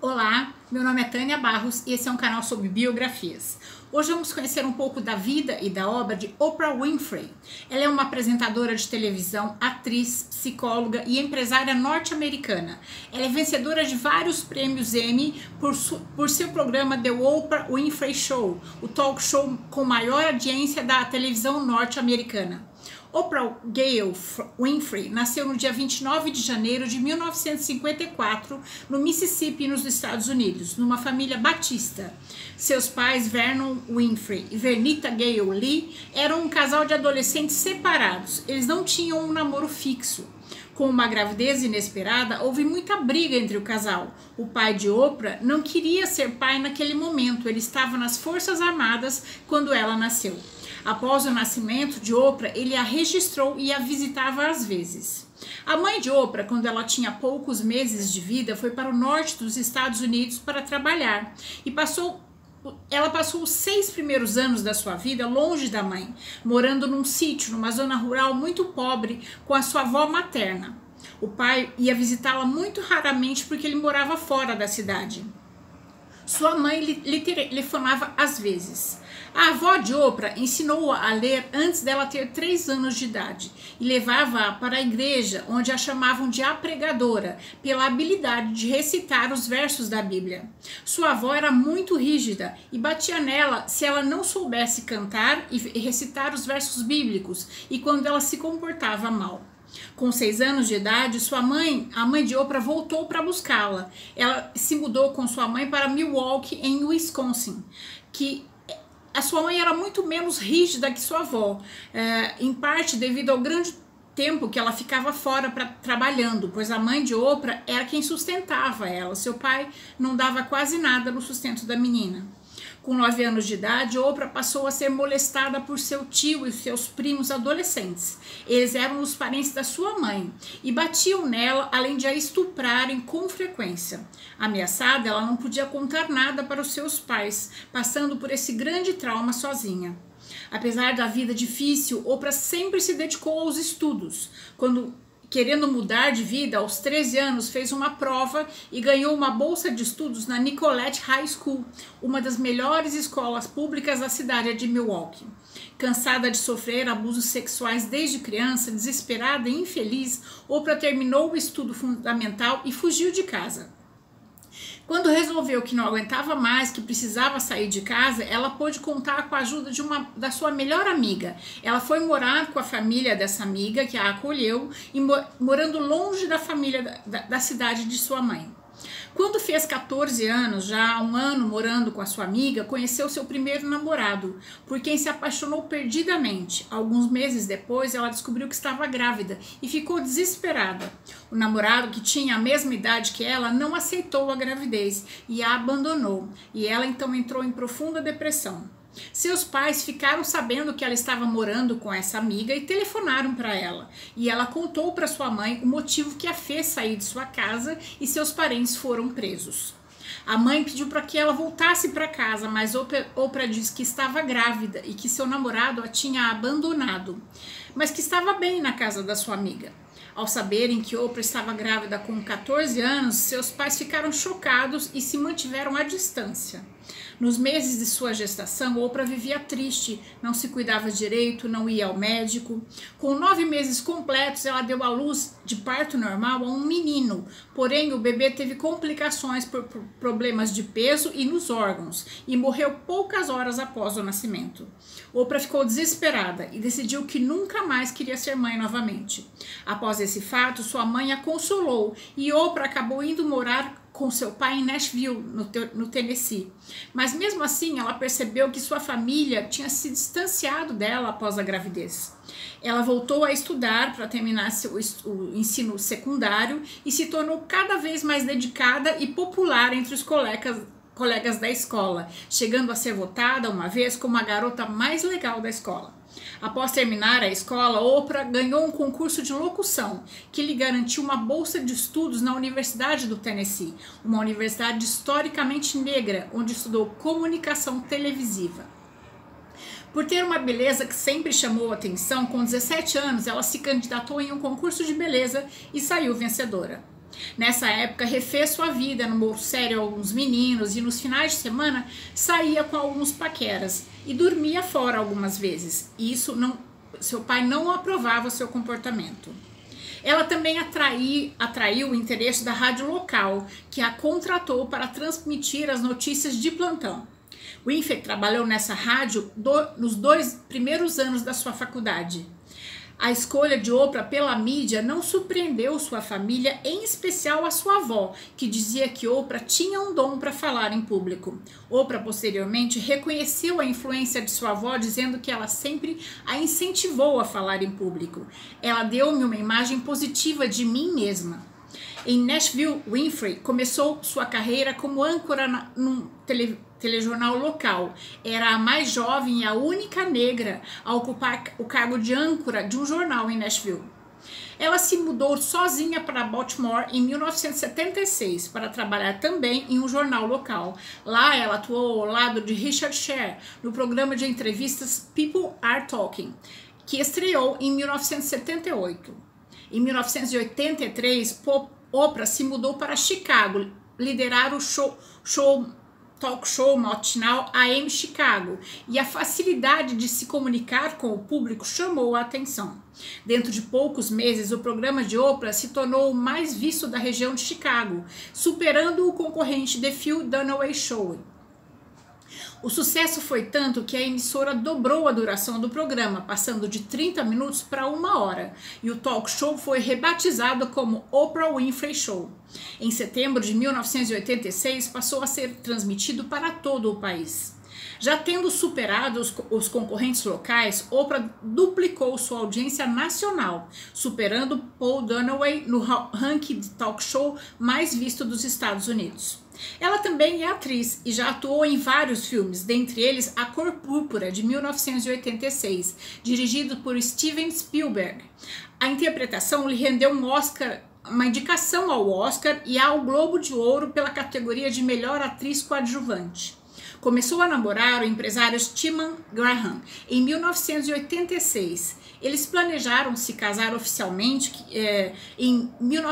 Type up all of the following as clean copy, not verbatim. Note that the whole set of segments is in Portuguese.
Olá, meu nome é Tânia Barros e esse é um canal sobre biografias. Hoje vamos conhecer um pouco da vida e da obra de Oprah Winfrey. Ela é uma apresentadora de televisão, atriz, psicóloga e empresária norte-americana. Ela é vencedora de vários prêmios Emmy por seu programa The Oprah Winfrey Show, o talk show com maior audiência da televisão norte-americana. Oprah Gayle Winfrey nasceu no dia 29 de janeiro de 1954, no Mississippi, nos Estados Unidos, numa família batista. Seus pais, Vernon Winfrey e Vernita Gayle Lee, eram um casal de adolescentes separados. Eles não tinham um namoro fixo. Com uma gravidez inesperada, houve muita briga entre o casal. O pai de Oprah não queria ser pai naquele momento, ele estava nas Forças Armadas quando ela nasceu. Após o nascimento de Oprah, ele a registrou e a visitava às vezes. A mãe de Oprah, quando ela tinha poucos meses de vida, foi para o norte dos Estados Unidos para trabalhar e ela passou os 6 primeiros anos da sua vida longe da mãe, morando num sítio, numa zona rural muito pobre, com a sua avó materna. O pai ia visitá-la muito raramente porque ele morava fora da cidade. Sua mãe lhe telefonava às vezes. A avó de Oprah ensinou-a a ler antes dela ter 3 anos de idade e levava-a para a igreja, onde a chamavam de a pregadora, pela habilidade de recitar os versos da Bíblia. Sua avó era muito rígida e batia nela se ela não soubesse cantar e recitar os versos bíblicos e quando ela se comportava mal. Com 6 anos de idade, a mãe de Oprah voltou para buscá-la. Ela se mudou com sua mãe para Milwaukee, em Wisconsin, a sua mãe era muito menos rígida que sua avó, em parte devido ao grande tempo que ela ficava fora trabalhando, pois a mãe de Oprah era quem sustentava ela. Seu pai não dava quase nada no sustento da menina. Com 9 anos de idade, Oprah passou a ser molestada por seu tio e seus primos adolescentes. Eles eram os parentes da sua mãe e batiam nela, além de a estuprarem com frequência. Ameaçada, ela não podia contar nada para os seus pais, passando por esse grande trauma sozinha. Apesar da vida difícil, Oprah sempre se dedicou aos estudos. Querendo mudar de vida, aos 13 anos, fez uma prova e ganhou uma bolsa de estudos na Nicollet High School, uma das melhores escolas públicas da cidade de Milwaukee. Cansada de sofrer abusos sexuais desde criança, desesperada e infeliz, Oprah terminou o estudo fundamental e fugiu de casa. Quando resolveu que não aguentava mais, que precisava sair de casa, ela pôde contar com a ajuda da sua melhor amiga. Ela foi morar com a família dessa amiga, que a acolheu, e morando longe da família da cidade de sua mãe. Quando fez 14 anos, já há 1 ano morando com a sua amiga, conheceu seu primeiro namorado, por quem se apaixonou perdidamente. Alguns meses depois, ela descobriu que estava grávida e ficou desesperada. O namorado, que tinha a mesma idade que ela, não aceitou a gravidez e a abandonou, e ela então entrou em profunda depressão. Seus pais ficaram sabendo que ela estava morando com essa amiga e telefonaram para ela. E ela contou para sua mãe o motivo que a fez sair de sua casa e seus parentes foram presos. A mãe pediu para que ela voltasse para casa, mas Oprah disse que estava grávida e que seu namorado a tinha abandonado, mas que estava bem na casa da sua amiga. Ao saberem que Oprah estava grávida com 14 anos, seus pais ficaram chocados e se mantiveram à distância. Nos meses de sua gestação, Oprah vivia triste, não se cuidava direito, não ia ao médico. Com 9 meses completos, ela deu à luz de parto normal a um menino, porém o bebê teve complicações por problemas de peso e nos órgãos e morreu poucas horas após o nascimento. Oprah ficou desesperada e decidiu que nunca mais queria ser mãe novamente. Após esse fato, sua mãe a consolou e Oprah acabou indo morar com seu pai em Nashville, no Tennessee. Mas mesmo assim, ela percebeu que sua família tinha se distanciado dela após a gravidez. Ela voltou a estudar para terminar o ensino secundário e se tornou cada vez mais dedicada e popular entre os colegas da escola, chegando a ser votada uma vez como a garota mais legal da escola. Após terminar a escola, Oprah ganhou um concurso de locução que lhe garantiu uma bolsa de estudos na Universidade do Tennessee, uma universidade historicamente negra, onde estudou comunicação televisiva. Por ter uma beleza que sempre chamou atenção, com 17 anos ela se candidatou em um concurso de beleza e saiu vencedora. Nessa época, refez sua vida, namorou sério alguns meninos e nos finais de semana saía com alguns paqueras e dormia fora algumas vezes. Seu pai não aprovava seu comportamento. Ela também atraiu o interesse da rádio local, que a contratou para transmitir as notícias de plantão. Winfrey trabalhou nessa rádio nos 2 primeiros anos da sua faculdade. A escolha de Oprah pela mídia não surpreendeu sua família, em especial a sua avó, que dizia que Oprah tinha um dom para falar em público. Oprah posteriormente reconheceu a influência de sua avó, dizendo que ela sempre a incentivou a falar em público. Ela deu-me uma imagem positiva de mim mesma. Em Nashville, Winfrey começou sua carreira como âncora num telejornal local. Era a mais jovem e a única negra a ocupar o cargo de âncora de um jornal em Nashville. Ela se mudou sozinha para Baltimore em 1976 para trabalhar também em um jornal local. Lá ela atuou ao lado de Richard Sher no programa de entrevistas People Are Talking, que estreou em 1978. Em 1983, Oprah se mudou para Chicago, liderar o talk show matinal AM Chicago, e a facilidade de se comunicar com o público chamou a atenção. Dentro de poucos meses, o programa de Oprah se tornou o mais visto da região de Chicago, superando o concorrente The Phil Dunaway Show. O sucesso foi tanto que a emissora dobrou a duração do programa, passando de 30 minutos para 1 hora, e o talk show foi rebatizado como Oprah Winfrey Show. Em setembro de 1986, passou a ser transmitido para todo o país. Já tendo superado os concorrentes locais, Oprah duplicou sua audiência nacional, superando Paul Dunaway no ranking de talk show mais visto dos Estados Unidos. Ela também é atriz e já atuou em vários filmes, dentre eles A Cor Púrpura, de 1986, dirigido por Steven Spielberg. A interpretação lhe rendeu uma indicação ao Oscar e ao Globo de Ouro pela categoria de melhor atriz coadjuvante. Começou a namorar o empresário Stephen Graham em 1986. Eles planejaram se casar oficialmente em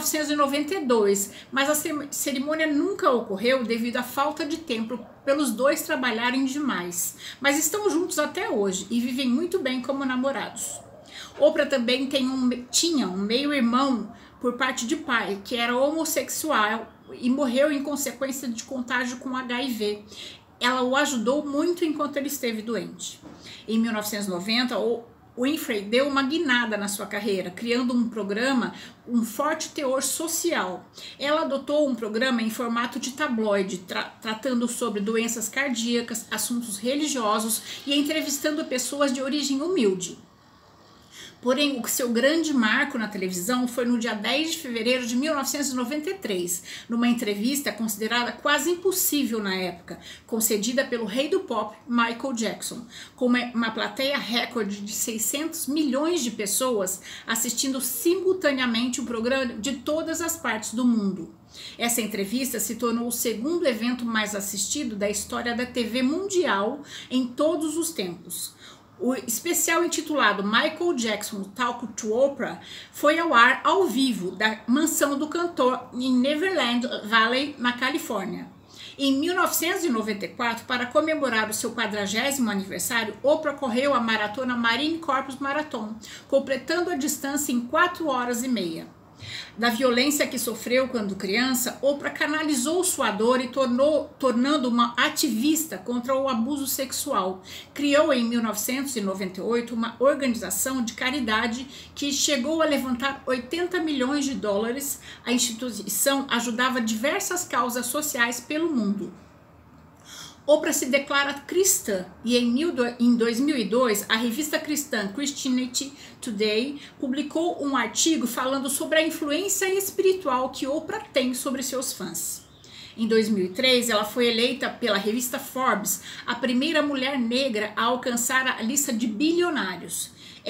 1992, mas a cerimônia nunca ocorreu devido à falta de tempo pelos dois trabalharem demais. Mas estão juntos até hoje e vivem muito bem como namorados. Oprah também tinha um meio-irmão por parte de pai, que era homossexual e morreu em consequência de contágio com HIV. Ela o ajudou muito enquanto ele esteve doente. Em 1990, Winfrey deu uma guinada na sua carreira, criando um programa um forte teor social. Ela adotou um programa em formato de tabloide, tratando sobre doenças cardíacas, assuntos religiosos e entrevistando pessoas de origem humilde. Porém, o seu grande marco na televisão foi no dia 10 de fevereiro de 1993, numa entrevista considerada quase impossível na época, concedida pelo rei do pop, Michael Jackson, com uma plateia recorde de 600 milhões de pessoas assistindo simultaneamente o programa de todas as partes do mundo. Essa entrevista se tornou o segundo evento mais assistido da história da TV mundial em todos os tempos. O especial intitulado Michael Jackson Talk to Oprah foi ao ar ao vivo da mansão do cantor em Neverland Valley, na Califórnia. Em 1994, para comemorar o seu 40º aniversário, Oprah correu a maratona Marine Corps Marathon, completando a distância em 4 horas e meia. Da violência que sofreu quando criança, Oprah canalizou sua dor e tornando uma ativista contra o abuso sexual. Criou em 1998 uma organização de caridade que chegou a levantar 80 milhões de dólares. A instituição ajudava diversas causas sociais pelo mundo. Oprah se declara cristã e em 2002 a revista cristã Christianity Today publicou um artigo falando sobre a influência espiritual que Oprah tem sobre seus fãs. Em 2003, ela foi eleita pela revista Forbes a primeira mulher negra a alcançar a lista de bilionários.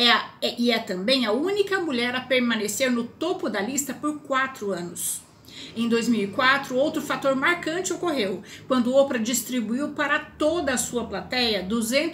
É também a única mulher a permanecer no topo da lista por 4 anos. Em 2004, outro fator marcante ocorreu, quando Oprah distribuiu para toda a sua plateia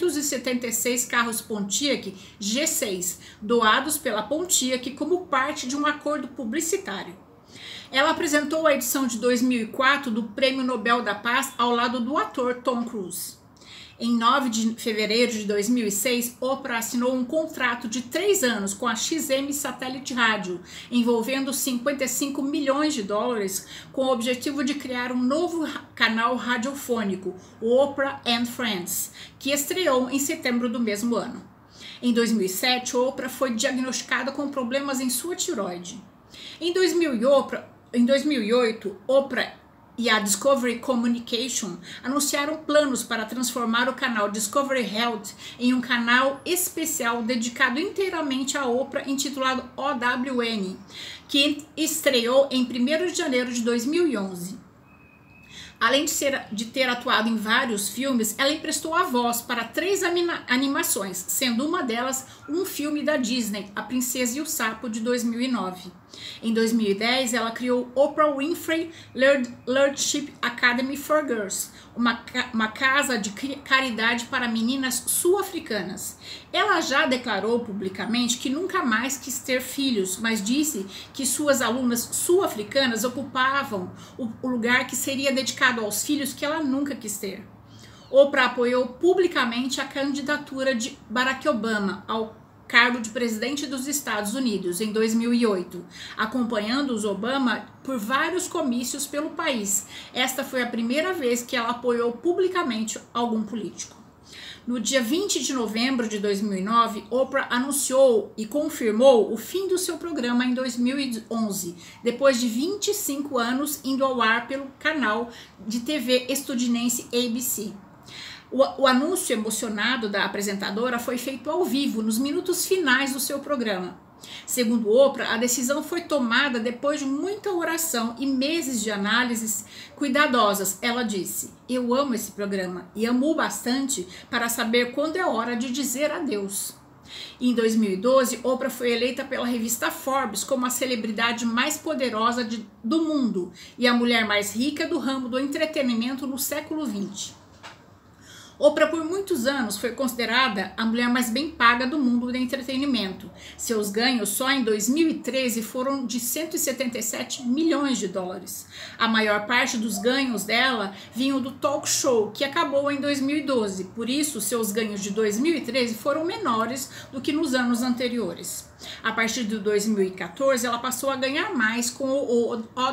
276 carros Pontiac G6, doados pela Pontiac como parte de um acordo publicitário. Ela apresentou a edição de 2004 do Prêmio Nobel da Paz ao lado do ator Tom Cruise. Em 9 de fevereiro de 2006, Oprah assinou um contrato de 3 anos com a XM Satellite Rádio, envolvendo 55 milhões de dólares, com o objetivo de criar um novo canal radiofônico, o Oprah and Friends, que estreou em setembro do mesmo ano. Em 2007, Oprah foi diagnosticada com problemas em sua tireoide. Em 2008, Oprah e a Discovery Communication anunciaram planos para transformar o canal Discovery Health em um canal especial dedicado inteiramente a Oprah, intitulado OWN, que estreou em 1º de janeiro de 2011. Além de ter atuado em vários filmes, ela emprestou a voz para 3 animações, sendo uma delas um filme da Disney, A Princesa e o Sapo, de 2009. Em 2010, ela criou Oprah Winfrey Leadership Academy for Girls, uma casa de caridade para meninas sul-africanas. Ela já declarou publicamente que nunca mais quis ter filhos, mas disse que suas alunas sul-africanas ocupavam o lugar que seria dedicado aos filhos que ela nunca quis ter. Oprah apoiou publicamente a candidatura de Barack Obama ao cargo de presidente dos Estados Unidos em 2008, acompanhando os Obama por vários comícios pelo país. Esta foi a primeira vez que ela apoiou publicamente algum político. No dia 20 de novembro de 2009, Oprah anunciou e confirmou o fim do seu programa em 2011, depois de 25 anos indo ao ar pelo canal de TV estadunidense ABC. O anúncio emocionado da apresentadora foi feito ao vivo, nos minutos finais do seu programa. Segundo Oprah, a decisão foi tomada depois de muita oração e meses de análises cuidadosas. Ela disse: "Eu amo esse programa e amo bastante para saber quando é hora de dizer adeus." Em 2012, Oprah foi eleita pela revista Forbes como a celebridade mais poderosa do mundo e a mulher mais rica do ramo do entretenimento no século XX. Oprah por muitos anos foi considerada a mulher mais bem paga do mundo do entretenimento. Seus ganhos só em 2013 foram de 177 milhões de dólares. A maior parte dos ganhos dela vinham do talk show, que acabou em 2012. Por isso, seus ganhos de 2013 foram menores do que nos anos anteriores. A partir de 2014, ela passou a ganhar mais com o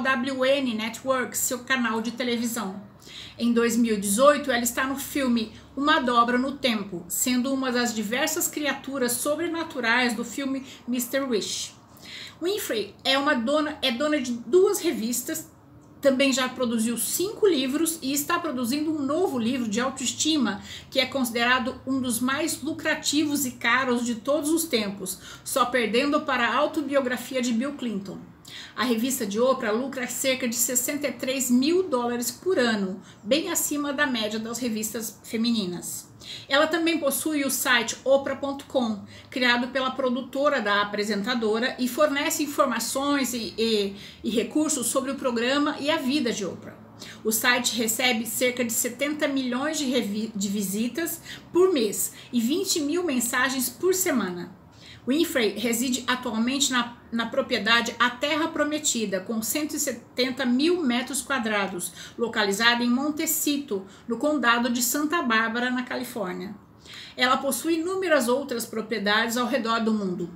OWN Network, seu canal de televisão. Em 2018, ela está no filme Uma Dobra no Tempo, sendo uma das diversas criaturas sobrenaturais do filme Mr. Wish. Winfrey é dona de 2 revistas, também já produziu 5 livros e está produzindo um novo livro de autoestima que é considerado um dos mais lucrativos e caros de todos os tempos, só perdendo para a autobiografia de Bill Clinton. A revista de Oprah lucra cerca de 63 mil dólares por ano, bem acima da média das revistas femininas. Ela também possui o site Oprah.com, criado pela produtora da apresentadora, e fornece informações e recursos sobre o programa e a vida de Oprah. O site recebe cerca de 70 milhões de visitas por mês e 20 mil mensagens por semana. Winfrey reside atualmente na propriedade A Terra Prometida, com 170 mil metros quadrados, localizada em Montecito, no condado de Santa Bárbara, na Califórnia. Ela possui inúmeras outras propriedades ao redor do mundo.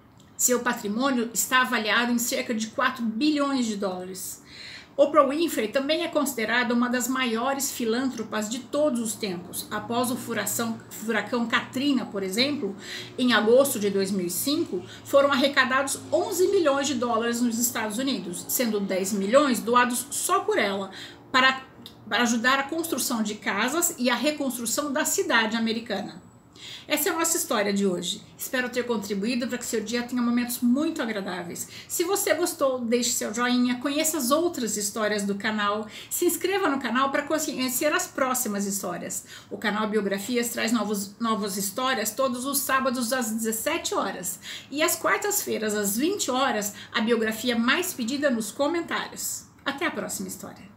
Seu patrimônio está avaliado em cerca de 4 bilhões de dólares. Oprah Winfrey também é considerada uma das maiores filântropas de todos os tempos. Após o furacão Katrina, por exemplo, em agosto de 2005, foram arrecadados 11 milhões de dólares nos Estados Unidos, sendo 10 milhões doados só por ela, para ajudar a construção de casas e a reconstrução da cidade americana. Essa é a nossa história de hoje. Espero ter contribuído para que seu dia tenha momentos muito agradáveis. Se você gostou, deixe seu joinha, conheça as outras histórias do canal, se inscreva no canal para conhecer as próximas histórias. O canal Biografias traz novas histórias todos os sábados às 17 horas e às quartas-feiras às 20 horas, a biografia mais pedida nos comentários. Até a próxima história.